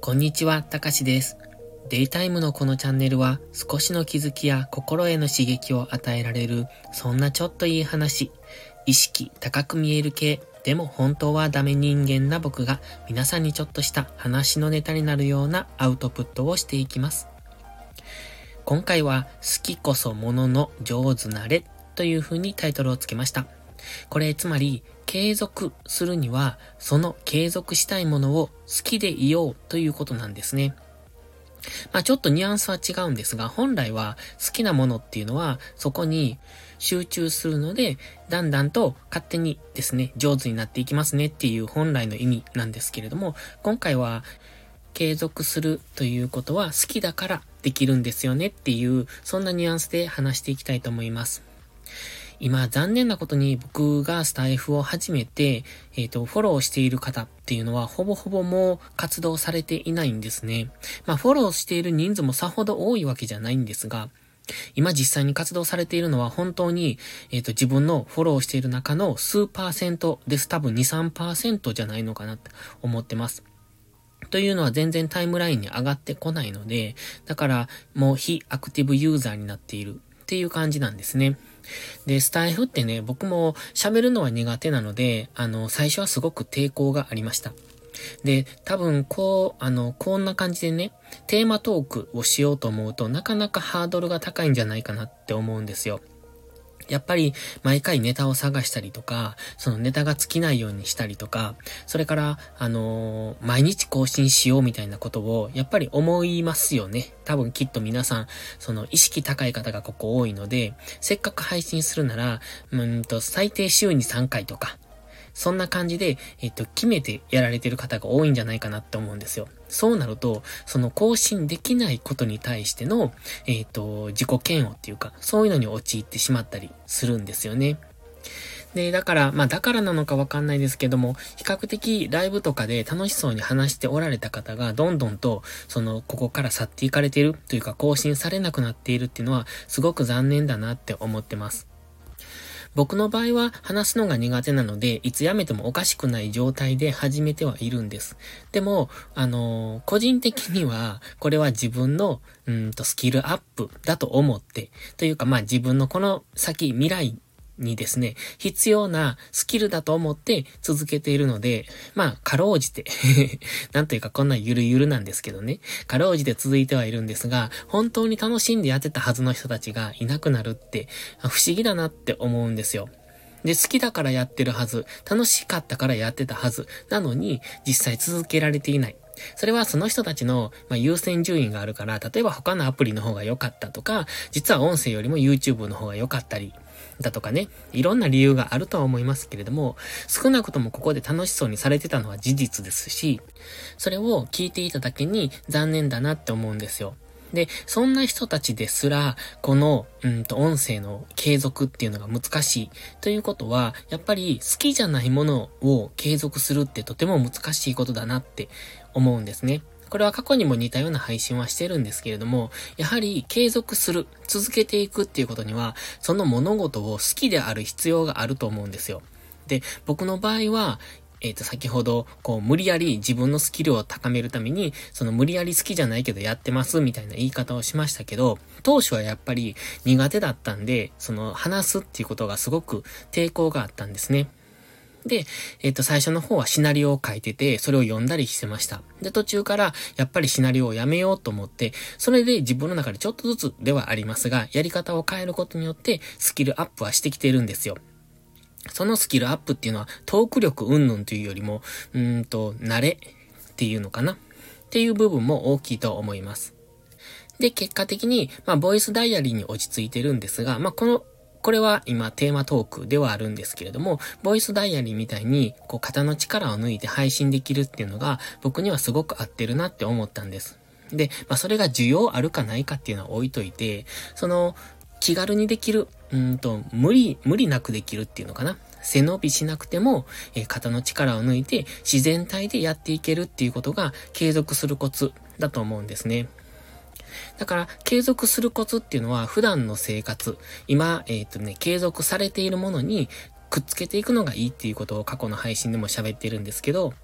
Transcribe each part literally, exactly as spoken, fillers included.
こんにちは、たかしです。デイタイムのこのチャンネルは少しの気づきや心への刺激を与えられる、そんなちょっといい話、意識高く見える系、でも本当はダメ人間な僕が皆さんにちょっとした話のネタになるようなアウトプットをしていきます。今回は好きこそものの上手なれという風にタイトルをつけました。これつまり継続するにはその継続したいものを好きでいようということなんですね。まあちょっとニュアンスは違うんですが、本来は好きなものっていうのはそこに集中するので、だんだんと勝手にですね、上手になっていきますねっていう本来の意味なんですけれども、今回は継続するということは好きだからできるんですよねっていう、そんなニュアンスで話していきたいと思います。今残念なことに僕がスタイフを始めて、えっと、フォローしている方っていうのはほぼほぼもう活動されていないんですね。まあフォローしている人数もさほど多いわけじゃないんですが、今実際に活動されているのは本当に、えっと、自分のフォローしている中の数パーセントです。多分に、さんパーセントじゃないのかなって思ってます。というのは全然タイムラインに上がってこないので、だからもう非アクティブユーザーになっているっていう感じなんですね。で、スタイフってね、僕も喋るのは苦手なので、あの、最初はすごく抵抗がありました。で、多分、こう、あの、こんな感じでね、テーマトークをしようと思うと、なかなかハードルが高いんじゃないかなって思うんですよ。やっぱり毎回ネタを探したりとか、そのネタが尽きないようにしたりとか、それから、あのー、毎日更新しようみたいなことをやっぱり思いますよね。多分きっと皆さん、その意識高い方がここ多いので、せっかく配信するなら、うーんと最低週にさんかいとか、そんな感じで、えっと、決めてやられてる方が多いんじゃないかなって思うんですよ。そうなると、その更新できないことに対しての、えっと、自己嫌悪っていうか、そういうのに陥ってしまったりするんですよね。で、だから、まあだからなのかわかんないですけども、比較的ライブとかで楽しそうに話しておられた方が、どんどんと、その、ここから去っていかれているというか、更新されなくなっているっていうのは、すごく残念だなって思ってます。僕の場合は話すのが苦手なので、いつ辞めてもおかしくない状態で始めてはいるんです。でも、あのー、個人的には、これは自分の、うんと、スキルアップだと思って、というか、まあ自分のこの先、未来、にですね、必要なスキルだと思って続けているので、まあ、かろうじて、なんというかこんなゆるゆるなんですけどね、かろうじて続いてはいるんですが、本当に楽しんでやってたはずの人たちがいなくなるって、不思議だなって思うんですよ。で、好きだからやってるはず、楽しかったからやってたはず、なのに、実際続けられていない。それはその人たちの、まあ、優先順位があるから、例えば他のアプリの方が良かったとか、実は音声よりも YouTube の方が良かったり、だとかね、いろんな理由があるとは思いますけれども、少なくともここで楽しそうにされてたのは事実ですし、それを聞いていただけに残念だなって思うんですよ。で、そんな人たちですら、この、うんと、音声の継続っていうのが難しい。ということは、やっぱり好きじゃないものを継続するってとても難しいことだなって思うんですね。これは過去にも似たような配信はしてるんですけれども、やはり継続する、続けていくっていうことには、その物事を好きである必要があると思うんですよ。で、僕の場合は、えっと、先ほど、こう、無理やり自分のスキルを高めるために、その無理やり好きじゃないけどやってますみたいな言い方をしましたけど、当初はやっぱり苦手だったんで、その話すっていうことがすごく抵抗があったんですね。で、えっと、最初の方はシナリオを書いてて、それを読んだりしてました。で、途中から、やっぱりシナリオをやめようと思って、それで自分の中でちょっとずつではありますが、やり方を変えることによって、スキルアップはしてきてるんですよ。そのスキルアップっていうのは、トーク力云々というよりも、うーんと、慣れっていうのかなっていう部分も大きいと思います。で、結果的に、まあ、ボイスダイアリーに落ち着いてるんですが、まあ、この、これは今テーマトークではあるんですけれども、ボイスダイアリーみたいに、こう肩の力を抜いて配信できるっていうのが、僕にはすごく合ってるなって思ったんです。で、まあそれが需要あるかないかっていうのは置いといて、その、気軽にできる、うんと、無理、無理なくできるっていうのかな。背伸びしなくても、えー、肩の力を抜いて自然体でやっていけるっていうことが継続するコツだと思うんですね。だから、継続するコツっていうのは、普段の生活、今、えっとね、継続されているものにくっつけていくのがいいっていうことを過去の配信でも喋ってるんですけど、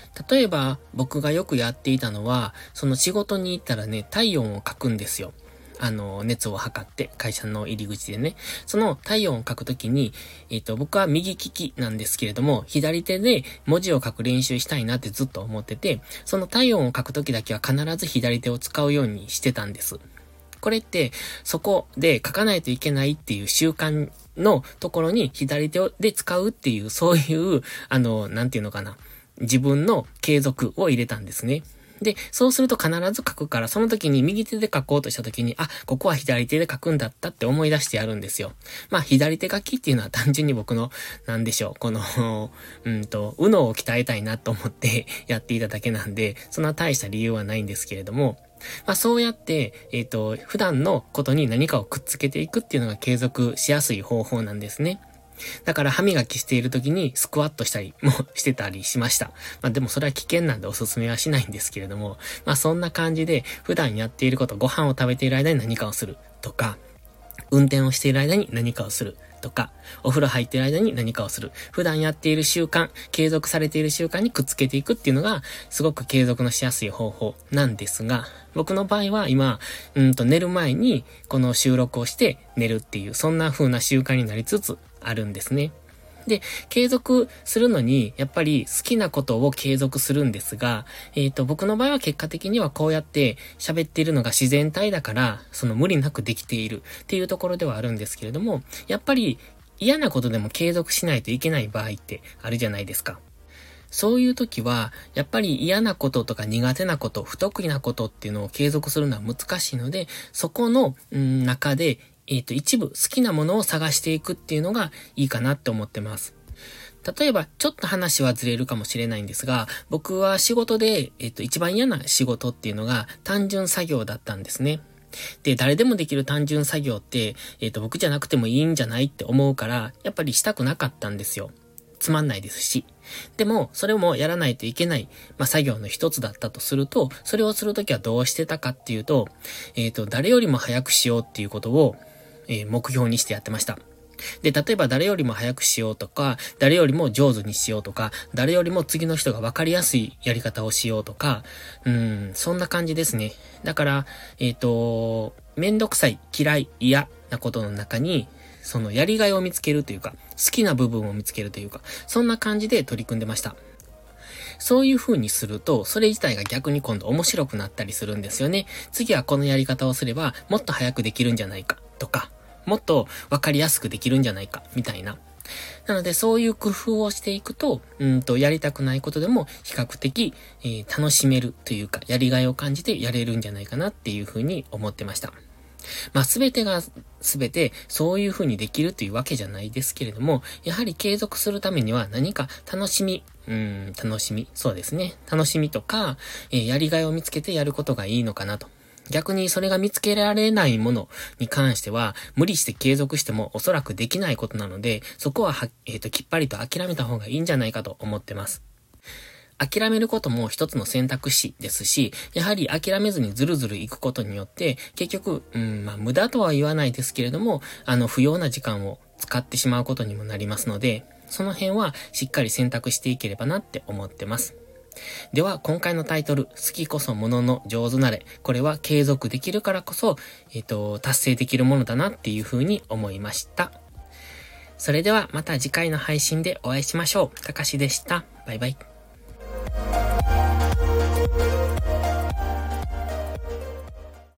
例えば僕がよくやっていたのは、その仕事に行ったらね、体温を書くんですよ。あの、熱を測って、会社の入り口でね。その体温を書くときに、えっと、僕は右利きなんですけれども、左手で文字を書く練習したいなってずっと思ってて、その体温を書くときだけは必ず左手を使うようにしてたんです。これって、そこで書かないといけないっていう習慣のところに左手で使うっていう、そういう、あの、なんていうのかな。自分の継続を入れたんですね。で、そうすると必ず書くから、その時に右手で書こうとした時に、あ、ここは左手で書くんだったって思い出してやるんですよ。まあ、左手書きっていうのは単純に僕の、なんでしょう、この、うんと、右脳を鍛えたいなと思ってやっていただけなんで、そんな大した理由はないんですけれども、まあそうやって、えっと、普段のことに何かをくっつけていくっていうのが継続しやすい方法なんですね。だから歯磨きしている時にスクワットしたりもしてたりしました。まあでもそれは危険なんでおすすめはしないんですけれども、まあそんな感じで普段やっていること、ご飯を食べている間に何かをするとか、運転をしている間に何かをするとか、お風呂入っている間に何かをする。普段やっている習慣、継続されている習慣にくっつけていくっていうのが、すごく継続のしやすい方法なんですが、僕の場合は今、うんと寝る前にこの収録をして寝るっていう、そんな風な習慣になりつつあるんですね。で、継続するのに、やっぱり好きなことを継続するんですが、えっと、僕の場合は結果的にはこうやって喋っているのが自然体だから、その無理なくできているっていうところではあるんですけれども、やっぱり嫌なことでも継続しないといけない場合ってあるじゃないですか。そういう時は、やっぱり嫌なこととか苦手なこと、不得意なことっていうのを継続するのは難しいので、そこの、ん、中で、えっと、一部好きなものを探していくっていうのがいいかなって思ってます。例えば、ちょっと話はずれるかもしれないんですが、僕は仕事で、えっと、一番嫌な仕事っていうのが単純作業だったんですね。で、誰でもできる単純作業って、えっと、僕じゃなくてもいいんじゃないって思うから、やっぱりしたくなかったんですよ。つまんないですし。でも、それもやらないといけない、まあ、作業の一つだったとすると、それをするときはどうしてたかっていうと、えっと、誰よりも早くしようっていうことを、えー、目標にしてやってました。で、例えば誰よりも早くしようとか、誰よりも上手にしようとか、誰よりも次の人が分かりやすいやり方をしようとか、うーん、そんな感じですね。だから、えっと、めんどくさい、嫌い、嫌なことの中に、そのやりがいを見つけるというか、好きな部分を見つけるというか、そんな感じで取り組んでました。そういう風にすると、それ自体が逆に今度面白くなったりするんですよね。次はこのやり方をすれば、もっと早くできるんじゃないか、とか、もっとわかりやすくできるんじゃないか、みたいな。なので、そういう工夫をしていくと、うんと、やりたくないことでも比較的、えー、楽しめるというか、やりがいを感じてやれるんじゃないかなっていう風に思ってました。まあ、すべてがすべてそういう風にできるというわけじゃないですけれども、やはり継続するためには何か楽しみ、うーん、楽しみ、そうですね。楽しみとか、えー、やりがいを見つけてやることがいいのかなと。逆にそれが見つけられないものに関しては、無理して継続してもおそらくできないことなので、そこはは、えっと、きっぱりと諦めた方がいいんじゃないかと思ってます。諦めることも一つの選択肢ですし、やはり諦めずにずるずる行くことによって、結局、うん、まあ、無駄とは言わないですけれども、あの、不要な時間を使ってしまうことにもなりますので、その辺はしっかり選択していければなって思ってます。では、今回のタイトル、好きこそものの上手なれ。これは継続できるからこそ、えっと、達成できるものだなっていうふうに思いました。それではまた次回の配信でお会いしましょう。たかしでした。バイバイ。